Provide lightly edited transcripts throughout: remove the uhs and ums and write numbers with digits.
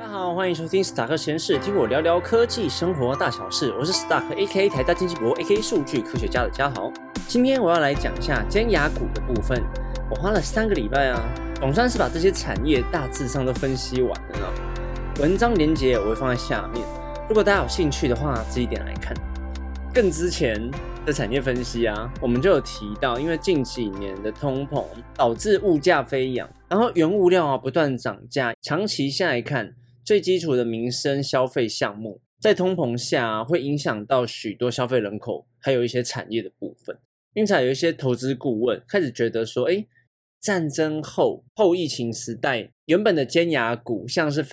大家好，欢迎收听史塔克实验室，听我聊聊科技生活大小事。我是史塔克 AKA 台大经济博 AKA 数据科学家的嘉豪。今天我要来讲一下尖牙股的部分。我花了3个礼拜总算是把这些产业大致上都分析完了呢。文章连结我会放在下面，如果大家有兴趣的话，自己点来看。更之前的产业分析我们就有提到，因为近几年的通膨导致物价飞扬，然后原物料不断涨价，长期下来看，最基础的民生消费项目在通膨下会影响到许多消费人口，还有一些产业的部分。因此有一些投资顾问开始觉得说，战争后疫情时代，原本的尖牙股像是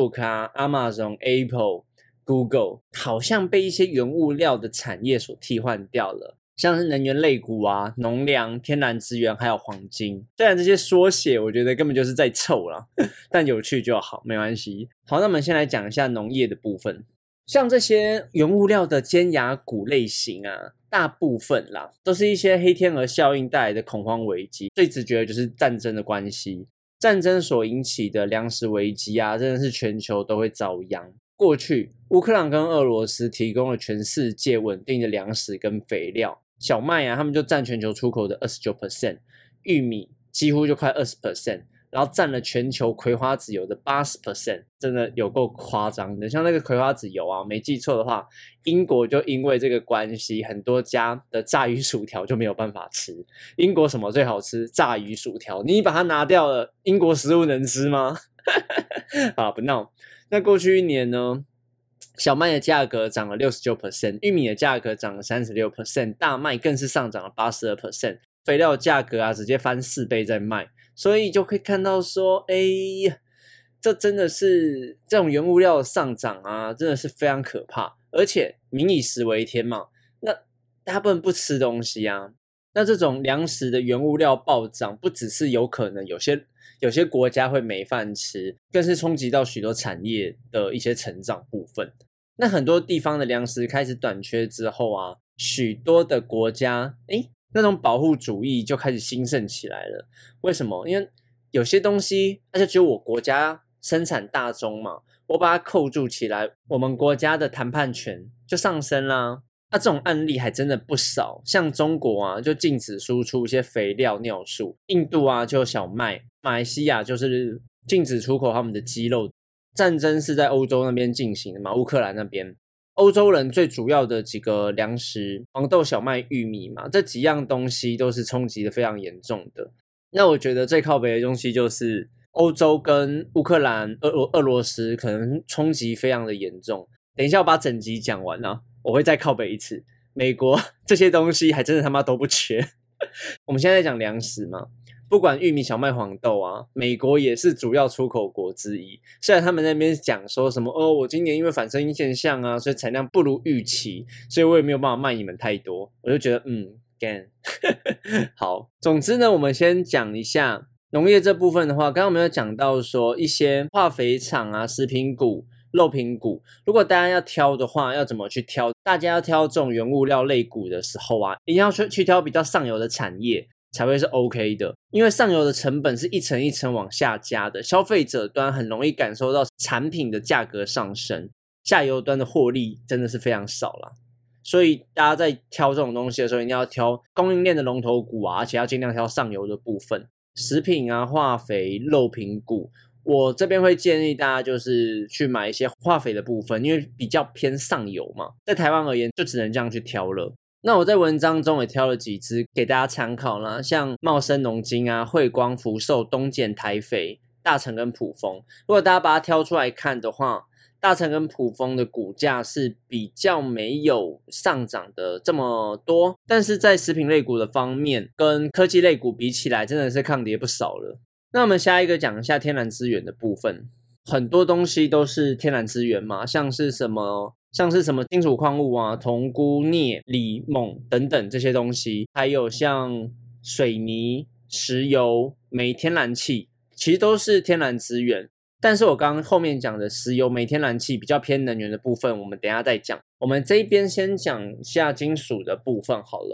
Facebook、Amazon、Apple、Google 好像被一些原物料的产业所替换掉了，像是能源类股农粮、天然资源还有黄金。虽然这些缩写我觉得根本就是在凑啦，但有趣就好，没关系。好，那我们先来讲一下农业的部分。像这些原物料的尖牙股类型大部分都是一些黑天鹅效应带来的恐慌危机，最直觉的就是战争的关系。战争所引起的粮食危机真的是全球都会遭殃。过去乌克兰跟俄罗斯提供了全世界稳定的粮食跟肥料，小麦他们就占全球出口的 29%， 玉米几乎就快 20%， 然后占了全球葵花籽油的 80%， 真的有够夸张的。像那个葵花籽油没记错的话，英国就因为这个关系，很多家的炸鱼薯条就没有办法吃。英国什么最好吃？炸鱼薯条，你把它拿掉了，英国食物能吃吗？好，不闹。那过去一年呢，小麦的价格涨了 69%， 玉米的价格涨了 36%， 大麦更是上涨了 82%， 肥料价格直接翻4倍在卖。所以就可以看到说，这真的是这种原物料的上涨真的是非常可怕。而且民以食为天嘛，那大家不能不吃东西那这种粮食的原物料暴涨，不只是有可能有些国家会没饭吃，更是冲击到许多产业的一些成长部分。那很多地方的粮食开始短缺之后许多的国家那种保护主义就开始兴盛起来了。为什么？因为有些东西而且只有我国家生产大宗嘛，我把它扣住起来，我们国家的谈判权就上升啦。这种案例还真的不少，像中国就禁止输出一些肥料尿素，印度就有小麦，马来西亚就是禁止出口他们的鸡肉。战争是在欧洲那边进行的嘛，乌克兰那边欧洲人最主要的几个粮食，黄豆、小麦、玉米嘛，这几样东西都是冲击的非常严重的。那我觉得最靠北的东西就是欧洲跟乌克兰、俄罗斯可能冲击非常的严重。等一下我把整集讲完我会再靠北一次。美国这些东西还真的他妈都不缺。我们现在在讲粮食嘛，不管玉米、小麦、黄豆美国也是主要出口国之一。虽然他们那边讲说什么我今年因为反声音现象所以产量不如预期，所以我也没有办法卖你们太多。我就觉得干好，总之呢，我们先讲一下农业这部分的话，刚刚我们有讲到说一些化肥厂食品股、肉品股，如果大家要挑的话，要怎么去挑？大家要挑这种原物料类股的时候一定要去挑比较上游的产业才会是 OK 的。因为上游的成本是一层一层往下加的，消费者端很容易感受到产品的价格上升，下游端的获利真的是非常少啦。所以大家在挑这种东西的时候，一定要挑供应链的龙头股而且要尽量挑上游的部分，食品化肥、肉品股。我这边会建议大家就是去买一些化肥的部分，因为比较偏上游嘛，在台湾而言就只能这样去挑了。那我在文章中也挑了几支给大家参考啦，像茂生农金汇光、福寿、东建、台肥、大成跟普丰。如果大家把它挑出来看的话，大成跟普丰的股价是比较没有上涨的这么多，但是在食品类股的方面跟科技类股比起来真的是抗跌不少了。那我们下一个讲一下天然资源的部分。很多东西都是天然资源嘛，像是什么金属矿物铜、钴、镍、锂、锰等等这些东西，还有像水泥、石油、煤、天然气，其实都是天然资源。但是我刚刚后面讲的石油、煤、天然气比较偏能源的部分，我们等一下再讲。我们这一边先讲一下金属的部分好了。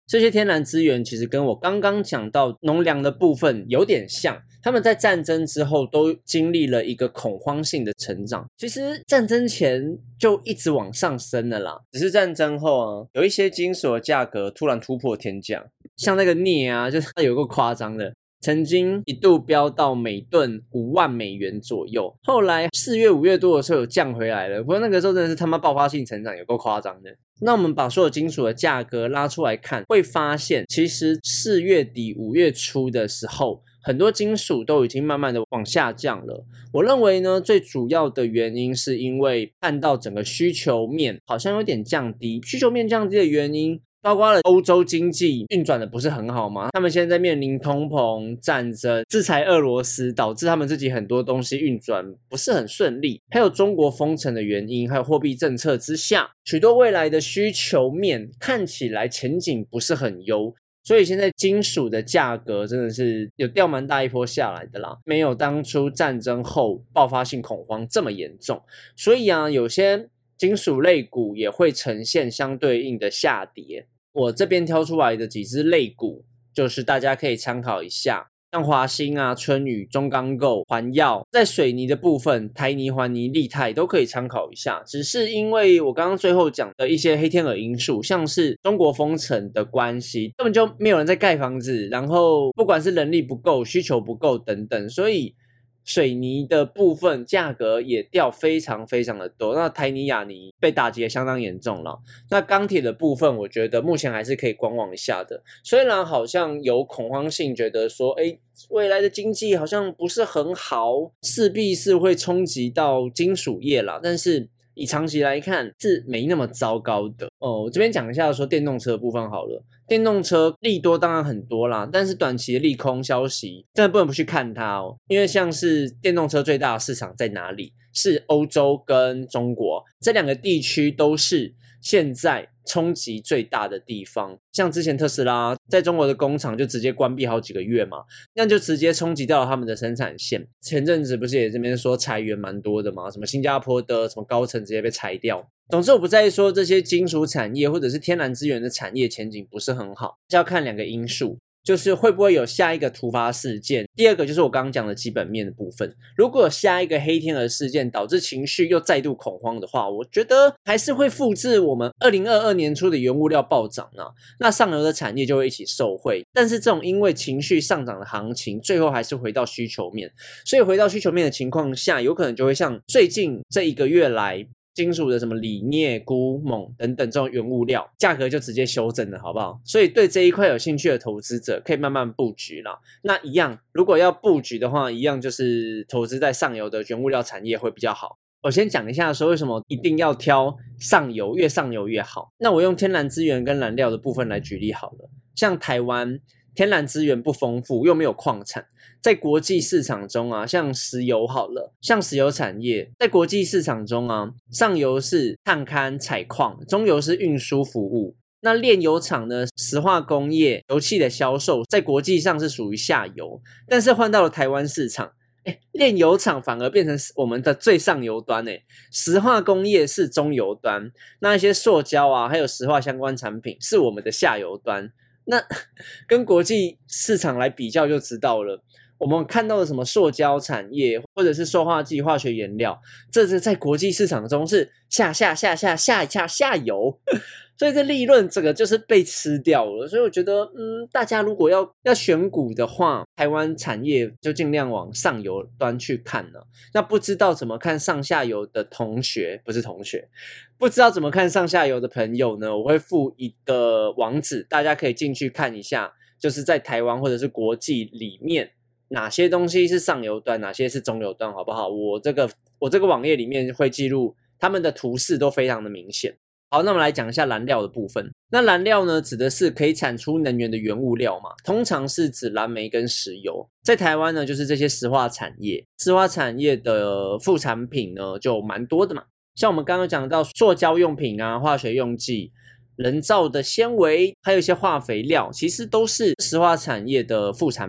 这些天然资源其实跟我刚刚讲到农粮的部分有点像，他们在战争之后都经历了一个恐慌性的成长。其实战争前就一直往上升了啦，只是战争后啊，有一些金属的价格突然突破天价，像那个镍啊，就是有够夸张的。曾经一度飙到每吨5万美元左右，后来4月5月多的时候有降回来了，不过那个时候真的是他妈爆发性成长，有够夸张的。那我们把所有金属的价格拉出来看，会发现其实4月底5月初的时候，很多金属都已经慢慢的往下降了。我认为呢，最主要的原因是因为看到整个需求面好像有点降低，需求面降低的原因包括了欧洲经济运转的不是很好嘛，他们现在面临通膨、战争、制裁俄罗斯，导致他们自己很多东西运转不是很顺利，还有中国封城的原因，还有货币政策之下，许多未来的需求面看起来前景不是很优，所以现在金属的价格真的是有掉蛮大一波下来的啦，没有当初战争后爆发性恐慌这么严重，所以啊，有些金属类股也会呈现相对应的下跌。我这边挑出来的几只类股，就是大家可以参考一下，像华兴啊、春雨、中钢构、环耀，在水泥的部分，台泥、环泥、力泰都可以参考一下。只是因为我刚刚最后讲的一些黑天鹅因素，像是中国封城的关系，根本就没有人在盖房子，然后不管是人力不够、需求不够等等，所以水泥的部分价格也掉非常非常的多，那台泥、亚泥被打击也相当严重了。那钢铁的部分，我觉得目前还是可以观望一下的。虽然好像有恐慌性，觉得说，未来的经济好像不是很好，势必是会冲击到金属业啦，但是以长期来看是没那么糟糕的。我这边讲一下说电动车的部分好了。电动车利多当然很多啦，但是短期的利空消息真的不能不去看它哦。因为像是电动车最大的市场在哪里？是欧洲跟中国，这两个地区都是现在冲击最大的地方。像之前特斯拉在中国的工厂就直接关闭好几个月嘛，那就直接冲击掉了他们的生产线。前阵子不是也这边说裁员蛮多的嘛，什么新加坡的什么高层直接被裁掉。总之我不在意说这些金属产业或者是天然资源的产业前景不是很好，要看两个因素，就是会不会有下一个突发事件，第二个就是我刚刚讲的基本面的部分。如果有下一个黑天鹅事件导致情绪又再度恐慌的话，我觉得还是会复制我们2022年初的原物料暴涨啊，那上游的产业就会一起受惠。但是这种因为情绪上涨的行情最后还是回到需求面，所以回到需求面的情况下，有可能就会像最近这一个月来金属的什么锂、镍、钴、锰等等这种原物料价格就直接修正了，好不好？所以对这一块有兴趣的投资者可以慢慢布局啦。那一样，如果要布局的话，一样就是投资在上游的原物料产业会比较好。我先讲一下说为什么一定要挑上游，越上游越好。那我用天然资源跟燃料的部分来举例好了。像台湾天然资源不丰富，又没有矿产，在国际市场中啊，像石油好了，像石油产业在国际市场中啊，上游是探勘采矿，中游是运输服务。那炼油厂呢，石化工业油气的销售在国际上是属于下游，但是换到了台湾市场，炼油厂反而变成我们的最上游端，石化工业是中游端，那一些塑胶啊还有石化相关产品是我们的下游端。那跟国际市场来比较就知道了，我们看到的什么塑胶产业或者是塑化剂、化学原料，这是在国际市场中是下游，所以这利润这个就是被吃掉了。所以我觉得大家如果要选股的话，台湾产业就尽量往上游端去看了。那不知道怎么看上下游的同学，不知道怎么看上下游的朋友呢，我会附一个网址，大家可以进去看一下，就是在台湾或者是国际里面哪些东西是上游端，哪些是中游端，好不好？我这个网页里面会记录他们的图示都非常的明显。好，那我们来讲一下燃料的部分。那燃料呢，指的是可以产出能源的原物料嘛，通常是指燃煤跟石油。在台湾呢，就是这些石化产业的副产品呢就蛮多的嘛，像我们刚刚讲到塑胶用品啊、化学用剂、人造的纤维，还有一些化肥料，其实都是石化产业的副产品。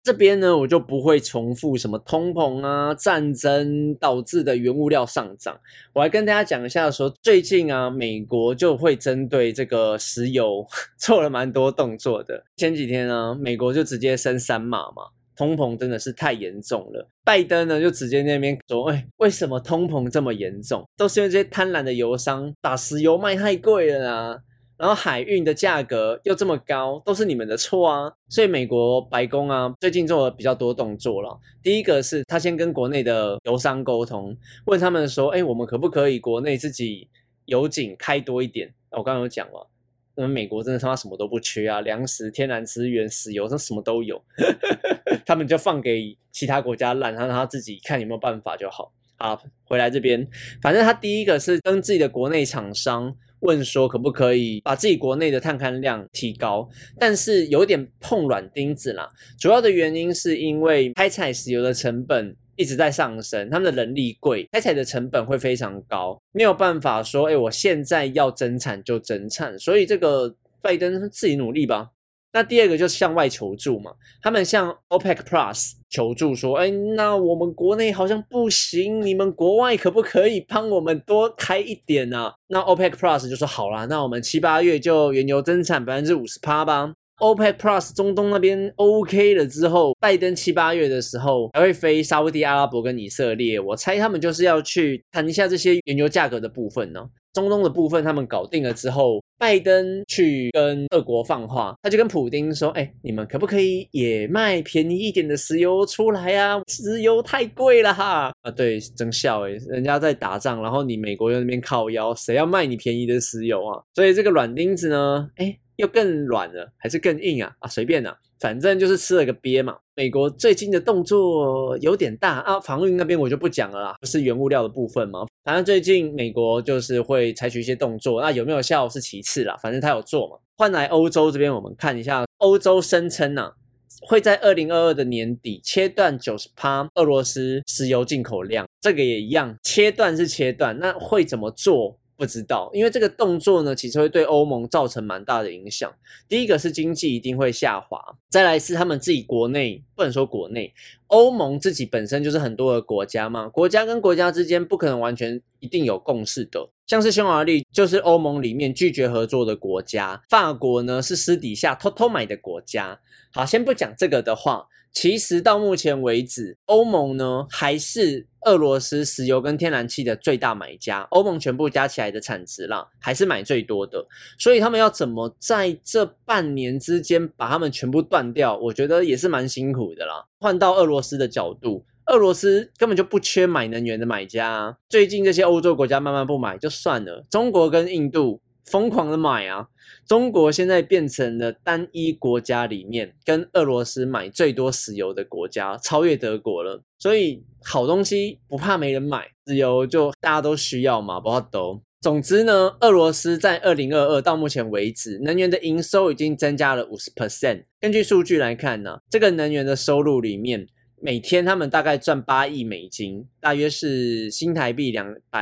这边呢，我就不会重复什么通膨啊、战争导致的原物料上涨。我来跟大家讲一下说，最近啊，美国就会针对这个石油做了蛮多动作的。前几天呢，美国就直接升3码嘛，通膨真的是太严重了。拜登呢就直接那边说，为什么通膨这么严重？都是因为这些贪婪的油商把石油卖太贵了啊。然后海运的价格又这么高，都是你们的错啊！所以美国白宫啊，最近做了比较多动作了。第一个是他先跟国内的油商沟通，问他们说，我们可不可以国内自己油井开多一点？我刚刚有讲嘛，美国真的他妈什么都不缺啊，粮食、天然资源、石油，这什么都有，他们就放给其他国家烂，让他自己看有没有办法就好。好，回来这边，反正他第一个是跟自己的国内厂商问说可不可以把自己国内的碳勘量提高，但是有点碰软钉子啦。主要的原因是因为开采石油的成本一直在上升，他们的人力贵，开采的成本会非常高，没有办法说我现在要增产就增产，所以这个拜登自己努力吧。那第二个就是向外求助嘛，他们向 OPEC Plus 求助说，那我们国内好像不行，你们国外可不可以帮我们多开一点啊？那 OPEC Plus 就说好啦，那我们7、8月就原油增产 50% 吧。OPEC Plus 中东那边 OK 了之后，拜登7、8月的时候还会飞沙烏地阿拉伯跟以色列，我猜他们就是要去谈一下这些原油价格的部分呢。中东的部分他们搞定了之后，拜登去跟俄国放话，他就跟普丁说，你们可不可以也卖便宜一点的石油出来啊？石油太贵了哈！对，真笑人家在打仗，然后你美国在那边靠腰，谁要卖你便宜的石油啊？所以这个软钉子呢，又更软了，还是更硬啊？随便啊，反正就是吃了个鳖嘛。美国最近的动作有点大啊，防运那边我就不讲了啦，不是原物料的部分嘛。反正最近美国就是会采取一些动作，那有没有效是其次啦，反正他有做嘛。换来欧洲这边，我们看一下，欧洲声称会在2022的年底切断 90% 俄罗斯石油进口量，这个也一样，切断是切断，那会怎么做？不知道，因为这个动作呢，其实会对欧盟造成蛮大的影响。第一个是经济一定会下滑，再来是他们自己国内，不能说国内，欧盟自己本身就是很多的国家嘛，国家跟国家之间不可能完全一定有共识的。像是匈牙利就是欧盟里面拒绝合作的国家，法国呢是私底下偷偷买的国家。好，先不讲这个的话，其实到目前为止，欧盟呢还是俄罗斯石油跟天然气的最大买家，欧盟全部加起来的产值啦，还是买最多的。所以他们要怎么在这半年之间把他们全部断掉，我觉得也是蛮辛苦的啦。换到俄罗斯的角度，俄罗斯根本就不缺买能源的买家啊，最近这些欧洲国家慢慢不买就算了，中国跟印度疯狂的买啊。中国现在变成了单一国家里面跟俄罗斯买最多石油的国家，超越德国了。所以好东西不怕没人买，石油就大家都需要嘛，不怕抖。总之呢，俄罗斯在2022到目前为止，能源的营收已经增加了 50%。根据数据来看呢，这个能源的收入里面，每天他们大概赚8亿美金，大约是新台币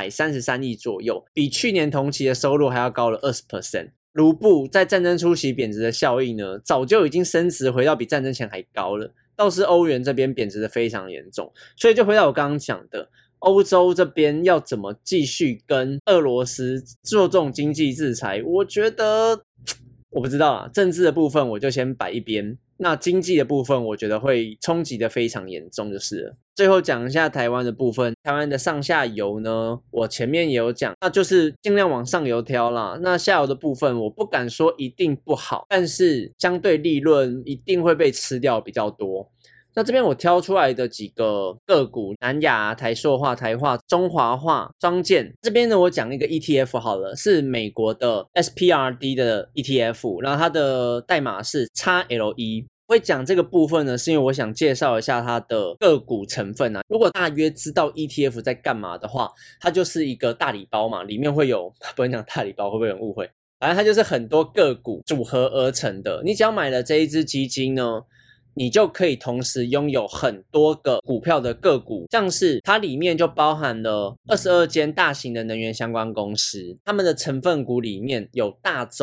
233亿左右，比去年同期的收入还要高了 20%。卢布在战争初期贬值的效应呢，早就已经升值回到比战争前还高了，倒是欧元这边贬值的非常严重。所以就回到我刚刚讲的，欧洲这边要怎么继续跟俄罗斯做这种经济制裁，我觉得我不知道啦，政治的部分我就先摆一边，那经济的部分我觉得会冲击的非常严重就是了。最后讲一下台湾的部分，台湾的上下游呢，我前面也有讲，那就是尽量往上游挑啦。那下游的部分我不敢说一定不好，但是相对利润一定会被吃掉比较多。那这边我挑出来的几个个股，南亚、台塑化、台化、中华化、庄健，这边呢我讲一个 ETF 好了，是美国的 SPRD 的 ETF， 然后它的代码是 XLE。会讲这个部分呢，是因为我想介绍一下它的个股成分啊。如果大约知道 ETF 在干嘛的话，它就是一个大礼包嘛，里面会有，不能讲大礼包会不会有人误会，反正它就是很多个股组合而成的。你只要买了这一支基金呢，你就可以同时拥有很多个股票的个股，像是它里面就包含了22间大型的能源相关公司，它们的成分股里面有大宗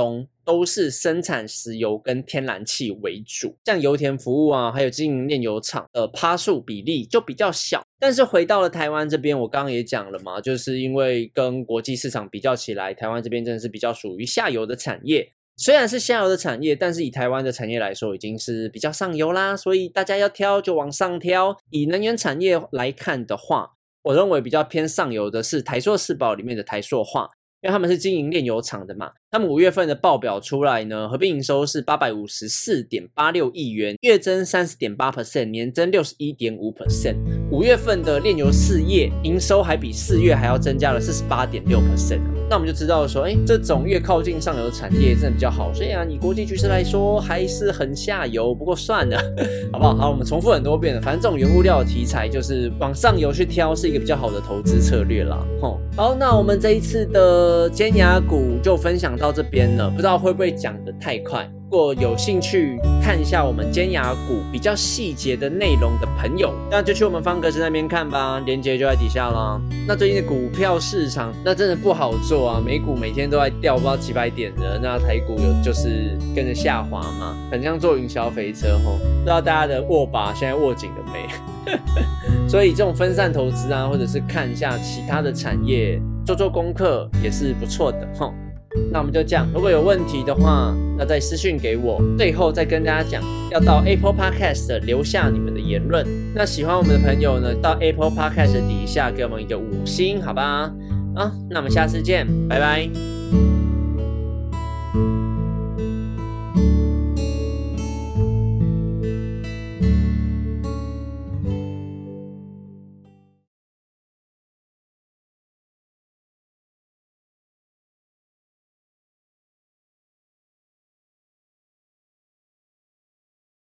都是生产石油跟天然气为主，像油田服务啊，还有经营炼油厂的趴数比例就比较小。但是回到了台湾这边，我刚刚也讲了嘛，就是因为跟国际市场比较起来，台湾这边真的是比较属于下游的产业。虽然是下游的产业，但是以台湾的产业来说已经是比较上游啦，所以大家要挑就往上挑。以能源产业来看的话，我认为比较偏上游的是台塑四宝里面的台塑化，因为他们是经营炼油厂的嘛。他们5月份的报表出来呢，合并营收是 854.86 亿元，月增 30.8%， 年增 61.5%。5月份的炼油事业营收还比4月还要增加了 48.6%。那我们就知道说，这种越靠近上游的产业真的比较好。所以以国际局势来说，还是很下游，不过算了，好不好？好，我们重复很多遍了，反正这种原物料的题材就是往上游去挑是一个比较好的投资策略啦。好，那我们这一次的尖牙股就分享到这边了，不知道会不会讲得太快。如果有兴趣看一下我们尖牙股比较细节的内容的朋友，那就去我们方格子那边看吧，连结就在底下啦。那最近的股票市场那真的不好做啊，美股每天都在掉不知道几百点的，那台股就是跟着下滑嘛，很像坐云霄飞车齁。不知道大家的握把现在握紧了没？所以这种分散投资啊，或者是看一下其他的产业，做功课也是不错的齁。那我们就这样，如果有问题的话，那再私讯给我。最后再跟大家讲，要到 Apple Podcast 留下你们的言论。那喜欢我们的朋友呢，到 Apple Podcast 底下给我们一个5星，好吧？那我们下次见，拜拜。